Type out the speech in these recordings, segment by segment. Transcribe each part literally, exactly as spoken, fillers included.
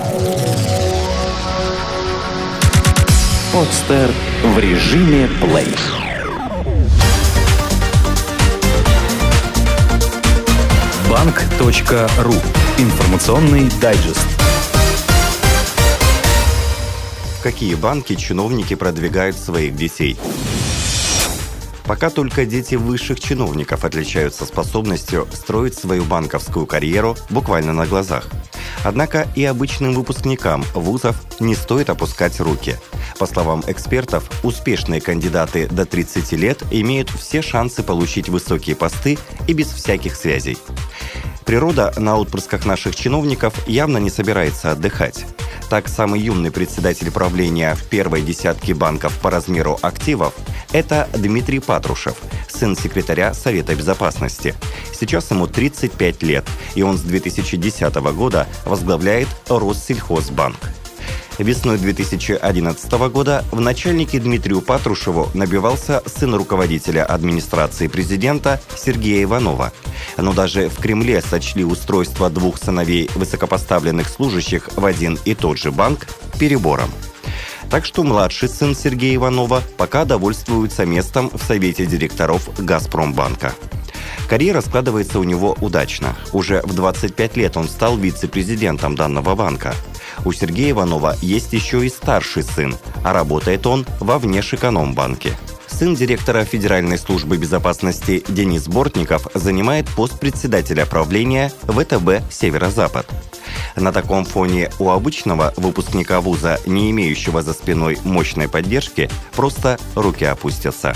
Подстер в режиме плей. банк.ру. Информационный дайджест. В какие банки чиновники продвигают своих детей? Пока только дети высших чиновников отличаются способностью строить свою банковскую карьеру буквально на глазах. Однако и обычным выпускникам вузов не стоит опускать руки. По словам экспертов, успешные кандидаты до тридцати лет имеют все шансы получить высокие посты и без всяких связей. Природа на отпрысках наших чиновников явно не собирается отдыхать. Так, самый юный председатель правления в первой десятке банков по размеру активов – это Дмитрий Патрушев, сын секретаря Совета Безопасности. Сейчас ему тридцать пять лет, и он с две тысячи десятого года возглавляет Россельхозбанк. Весной две тысячи одиннадцатого года в начальнике Дмитрию Патрушеву набивался сын руководителя администрации президента Сергея Иванова. Но даже в Кремле сочли устройство двух сыновей высокопоставленных служащих в один и тот же банк перебором. Так что младший сын Сергея Иванова пока довольствуется местом в Совете директоров «Газпромбанка». Карьера складывается у него удачно. Уже в двадцать пять лет он стал вице-президентом данного банка. У Сергея Иванова есть еще и старший сын, а работает он во Внешэкономбанке. Сын директора Федеральной службы безопасности Денис Бортников занимает пост председателя правления ВТБ «Северо-Запад». На таком фоне у обычного выпускника вуза, не имеющего за спиной мощной поддержки, просто руки опустятся.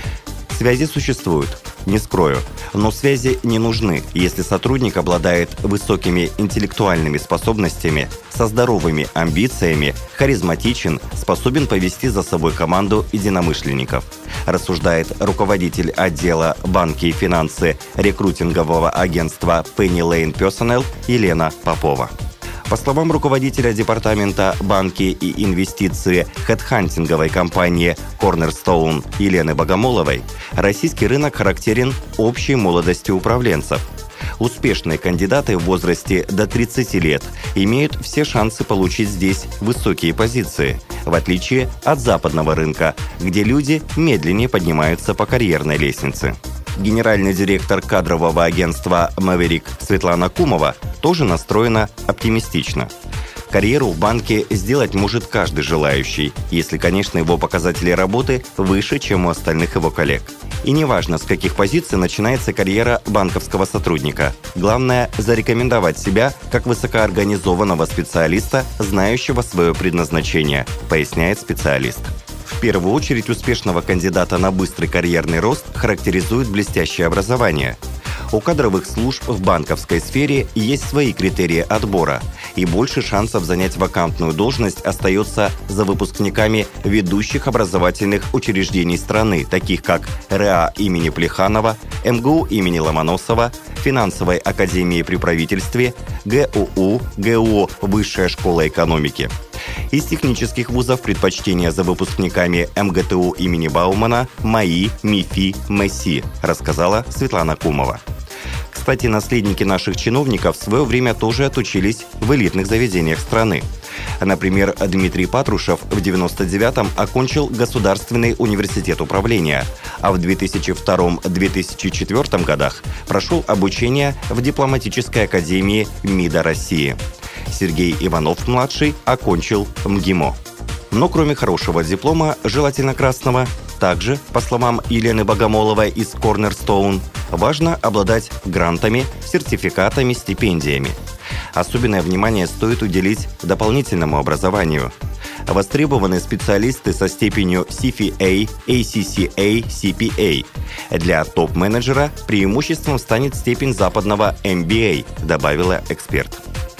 Связи существуют, не скрою, но связи не нужны, если сотрудник обладает высокими интеллектуальными способностями, со здоровыми амбициями, харизматичен, способен повести за собой команду единомышленников, рассуждает руководитель отдела «Банки и финансы» рекрутингового агентства Penny Lane Personnel Елена Попова. По словам руководителя департамента «Банки и инвестиции» хедхантинговой компании Cornerstone Елены Богомоловой, российский рынок характерен общей молодостью управленцев. Успешные кандидаты в возрасте до тридцати лет имеют все шансы получить здесь высокие позиции, в отличие от западного рынка, где люди медленнее поднимаются по карьерной лестнице. Генеральный директор кадрового агентства «Мэверик» Светлана Кумова тоже настроена оптимистично. Карьеру в банке сделать может каждый желающий, если, конечно, его показатели работы выше, чем у остальных его коллег. И неважно, с каких позиций начинается карьера банковского сотрудника. Главное – зарекомендовать себя как высокоорганизованного специалиста, знающего свое предназначение, поясняет специалист. В первую очередь успешного кандидата на быстрый карьерный рост характеризует блестящее образование. У кадровых служб в банковской сфере есть свои критерии отбора, и больше шансов занять вакантную должность остается за выпускниками ведущих образовательных учреждений страны, таких как РЭА имени Плеханова, МГУ имени Ломоносова, Финансовой академии при правительстве, ГУУ, ГУ Высшая школа экономики. Из технических вузов предпочтение за выпускниками МГТУ имени Баумана, МАИ, МИФИ, МЭСИ, рассказала Светлана Кумова. Кстати, наследники наших чиновников в свое время тоже отучились в элитных заведениях страны. Например, Дмитрий Патрушев в девяносто девятом окончил Государственный университет управления, а в две тысячи втором — две тысячи четвёртом годах прошел обучение в дипломатической академии МИДа России. Сергей Иванов-младший окончил МГИМО. Но кроме хорошего диплома, желательно красного, также, по словам Елены Богомоловой из Cornerstone, важно обладать грантами, сертификатами, стипендиями. Особенное внимание стоит уделить дополнительному образованию. Востребованы специалисты со степенью си эф эй, эй си си эй, си пи эй. Для топ-менеджера преимуществом станет степень западного эм би эй, добавила эксперт.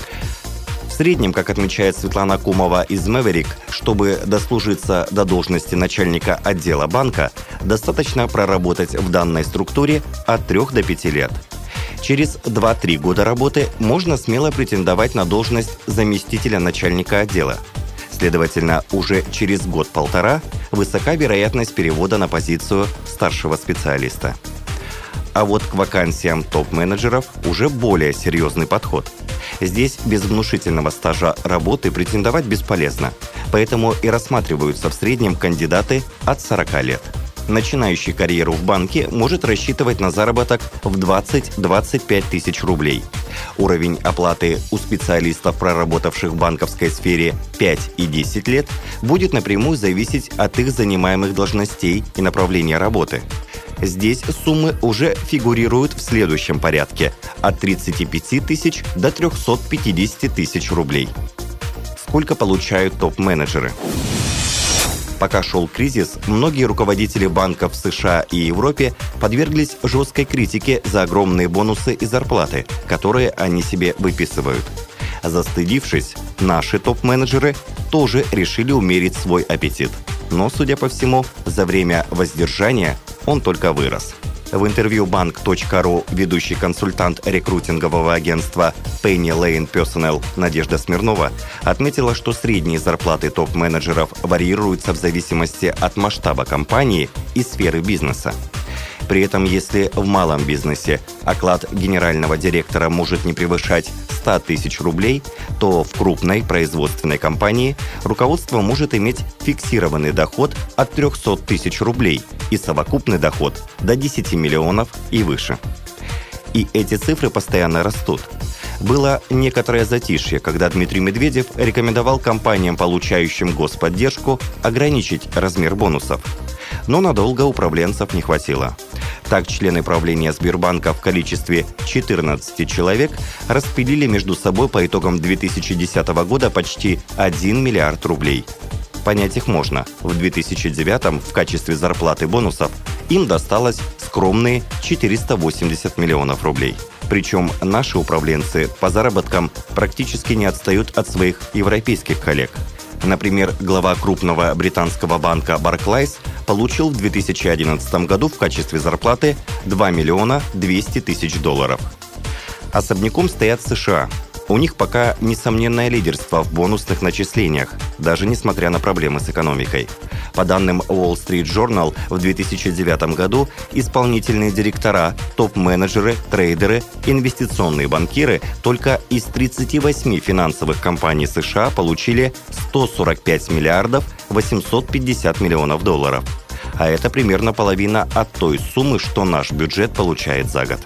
В среднем, как отмечает Светлана Кумова из «Мэверик», чтобы дослужиться до должности начальника отдела банка, достаточно проработать в данной структуре от трёх до пяти лет. Через два-три года работы можно смело претендовать на должность заместителя начальника отдела. Следовательно, уже через год-полтора высока вероятность перевода на позицию старшего специалиста. А вот к вакансиям топ-менеджеров уже более серьезный подход. Здесь без внушительного стажа работы претендовать бесполезно, поэтому и рассматриваются в среднем кандидаты от сорока лет. Начинающий карьеру в банке может рассчитывать на заработок в двадцать-двадцать пять тысяч рублей. Уровень оплаты у специалистов, проработавших в банковской сфере пять и десять лет, будет напрямую зависеть от их занимаемых должностей и направления работы. Здесь суммы уже фигурируют в следующем порядке – от тридцати пяти тысяч до трехсот пятидесяти тысяч рублей. Сколько получают топ-менеджеры? Пока шел кризис, многие руководители банков в США и Европе подверглись жесткой критике за огромные бонусы и зарплаты, которые они себе выписывают. Застыдившись, наши топ-менеджеры тоже решили умерить свой аппетит. Но, судя по всему, за время воздержания он только вырос. В интервью банк точка ру ведущий консультант рекрутингового агентства Penny Lane Personnel Надежда Смирнова отметила, что средние зарплаты топ-менеджеров варьируются в зависимости от масштаба компании и сферы бизнеса. При этом, если в малом бизнесе оклад генерального директора может не превышать ста тысяч рублей, то в крупной производственной компании руководство может иметь фиксированный доход от трехсот тысяч рублей и совокупный доход до десяти миллионов и выше. И эти цифры постоянно растут. Было некоторое затишье, когда Дмитрий Медведев рекомендовал компаниям, получающим господдержку, ограничить размер бонусов. Но надолго управленцев не хватило. Так, члены правления Сбербанка в количестве четырнадцати человек распилили между собой по итогам две тысячи десятого года почти один миллиард рублей. Понять их можно. В две тысячи девятом в качестве зарплаты бонусов им досталось скромные четыреста восемьдесят миллионов рублей. Причем наши управленцы по заработкам практически не отстают от своих европейских коллег. Например, глава крупного британского банка Barclays получил в две тысячи одиннадцатом году в качестве зарплаты два миллиона двести тысяч долларов. Особняком стоят США. У них пока несомненное лидерство в бонусных начислениях, даже несмотря на проблемы с экономикой. По данным Wall Street Journal, в две тысячи девятом году исполнительные директора, топ-менеджеры, трейдеры, инвестиционные банкиры только из тридцати восьми финансовых компаний США получили сто сорок пять миллиардов восемьсот пятьдесят миллионов долларов. А это примерно половина от той суммы, что наш бюджет получает за год.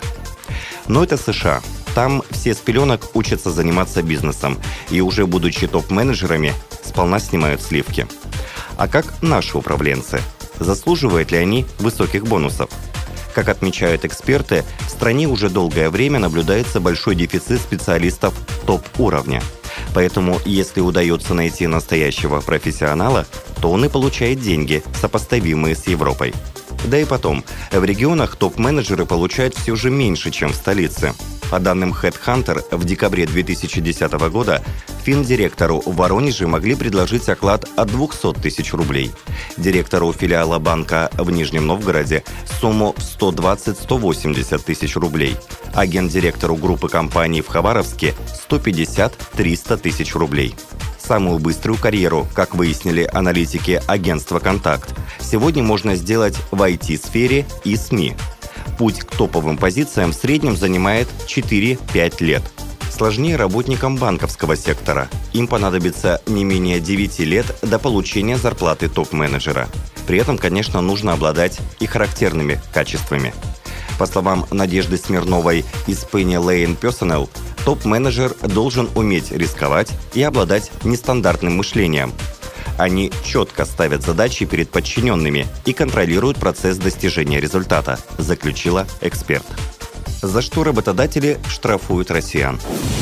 Но это США. Там все с пеленок учатся заниматься бизнесом и уже будучи топ-менеджерами сполна снимают сливки. А как наши управленцы? Заслуживают ли они высоких бонусов? Как отмечают эксперты, в стране уже долгое время наблюдается большой дефицит специалистов топ-уровня. Поэтому, если удается найти настоящего профессионала, то он и получает деньги, сопоставимые с Европой. Да и потом, в регионах топ-менеджеры получают все же меньше, чем в столице. По данным HeadHunter, в декабре две тысячи десятого года финдиректору в Воронеже могли предложить оклад от двухсот тысяч рублей. Директору филиала банка в Нижнем Новгороде сумму в сто двадцать - сто восемьдесят тысяч рублей. А гендиректору группы компаний в Хабаровске сто пятьдесят - триста тысяч рублей. Самую быструю карьеру, как выяснили аналитики агентства «Контакт», сегодня можно сделать в ай ти-сфере и СМИ. Путь к топовым позициям в среднем занимает четыре-пять лет. Сложнее работникам банковского сектора. Им понадобится не менее девяти лет до получения зарплаты топ-менеджера. При этом, конечно, нужно обладать и характерными качествами. По словам Надежды Смирновой из Penny Lane Personnel, топ-менеджер должен уметь рисковать и обладать нестандартным мышлением. Они четко ставят задачи перед подчиненными и контролируют процесс достижения результата, заключила эксперт. За что работодатели штрафуют россиян?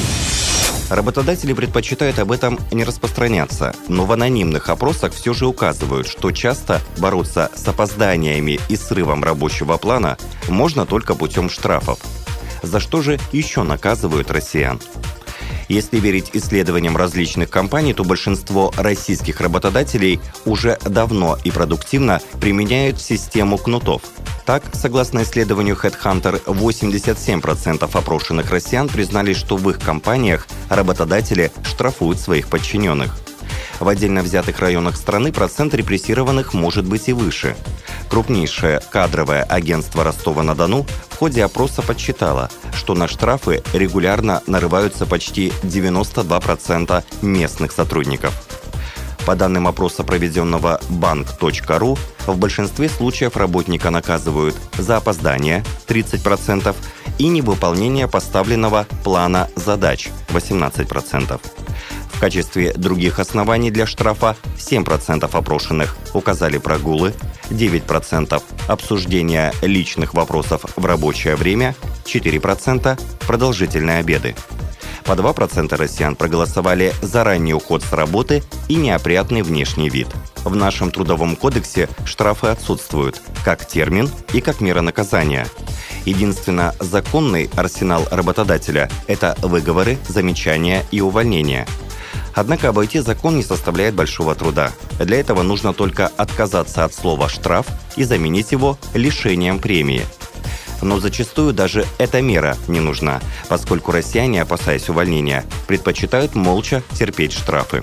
Работодатели предпочитают об этом не распространяться, но в анонимных опросах все же указывают, что часто бороться с опозданиями и срывом рабочего плана можно только путем штрафов. За что же еще наказывают россиян? Если верить исследованиям различных компаний, то большинство российских работодателей уже давно и продуктивно применяют систему кнутов. Так, согласно исследованию HeadHunter, восемьдесят семь процентов опрошенных россиян признали, что в их компаниях работодатели штрафуют своих подчиненных. В отдельно взятых районах страны процент репрессированных может быть и выше. Крупнейшее кадровое агентство Ростова-на-Дону в ходе опроса подсчитало, что на штрафы регулярно нарываются почти девяносто два процента местных сотрудников. По данным опроса, проведенного банк точка ру, в большинстве случаев работника наказывают за опоздание тридцать процентов и невыполнение поставленного плана задач восемнадцать процентов. В качестве других оснований для штрафа семь процентов опрошенных указали прогулы, девять процентов обсуждение личных вопросов в рабочее время, четыре процента продолжительные обеды. По два процента россиян проголосовали за ранний уход с работы и неопрятный внешний вид. В нашем Трудовом кодексе штрафы отсутствуют как термин и как мера наказания. Единственно законный арсенал работодателя – это выговоры, замечания и увольнения. Однако обойти закон не составляет большого труда. Для этого нужно только отказаться от слова «штраф» и заменить его лишением премии. Но зачастую даже эта мера не нужна, поскольку россияне, опасаясь увольнения, предпочитают молча терпеть штрафы.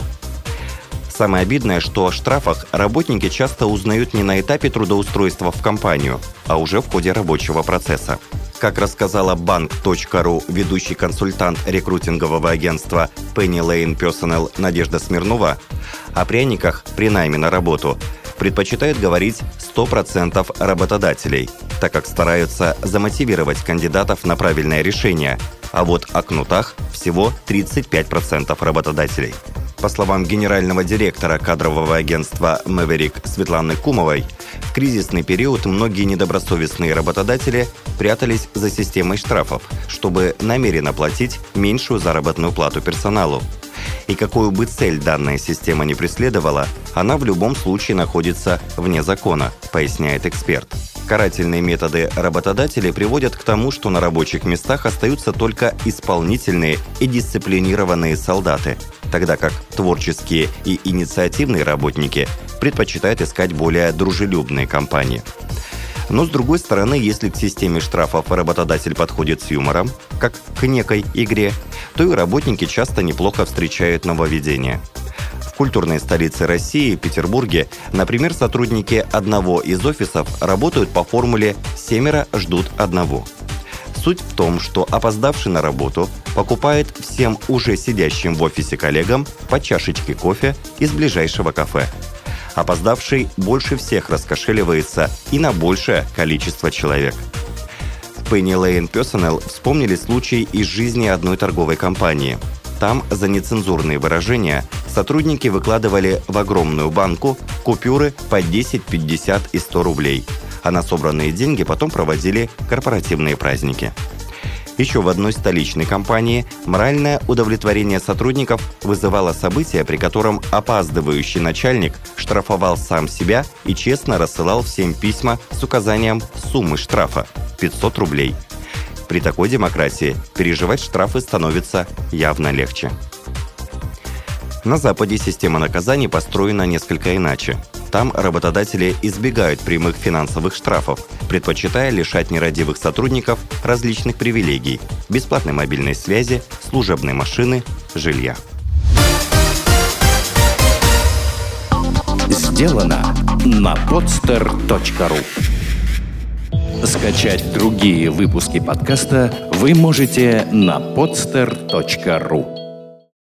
Самое обидное, что о штрафах работники часто узнают не на этапе трудоустройства в компанию, а уже в ходе рабочего процесса. Как рассказала банк точка ру ведущий консультант рекрутингового агентства Penny Lane Personnel Надежда Смирнова, о пряниках при найме на работу предпочитают говорить сто процентов работодателей, так как стараются замотивировать кандидатов на правильное решение, а вот о кнутах всего тридцать пять процентов работодателей. По словам генерального директора кадрового агентства Maverick Светланы Кумовой, в кризисный период многие недобросовестные работодатели прятались за системой штрафов, чтобы намеренно платить меньшую заработную плату персоналу. И какую бы цель данная система ни преследовала, она в любом случае находится вне закона, поясняет эксперт. Карательные методы работодателей приводят к тому, что на рабочих местах остаются только исполнительные и дисциплинированные солдаты, тогда как творческие и инициативные работники предпочитают искать более дружелюбные компании. Но, с другой стороны, если к системе штрафов работодатель подходит с юмором, как к некой игре, то и работники часто неплохо встречают нововведения. В культурной столице России, Петербурге, например, сотрудники одного из офисов работают по формуле «семеро ждут одного». Суть в том, что опоздавший на работу покупает всем уже сидящим в офисе коллегам по чашечке кофе из ближайшего кафе. Опоздавший больше всех раскошеливается и на большее количество человек. В Penny Lane Personnel вспомнили случай из жизни одной торговой компании. Там за нецензурные выражения сотрудники выкладывали в огромную банку купюры по десять, пятьдесят и сто рублей, а на собранные деньги потом проводили корпоративные праздники. Еще в одной столичной компании моральное удовлетворение сотрудников вызывало событие, при котором опаздывающий начальник штрафовал сам себя и честно рассылал всем письма с указанием суммы штрафа – пятьсот рублей. При такой демократии переживать штрафы становится явно легче. На Западе система наказаний построена несколько иначе. Там работодатели избегают прямых финансовых штрафов, предпочитая лишать нерадивых сотрудников различных привилегий – бесплатной мобильной связи, служебной машины, жилья. Сделано на подстер точка ру. Скачать другие выпуски подкаста вы можете на подстер точка ру.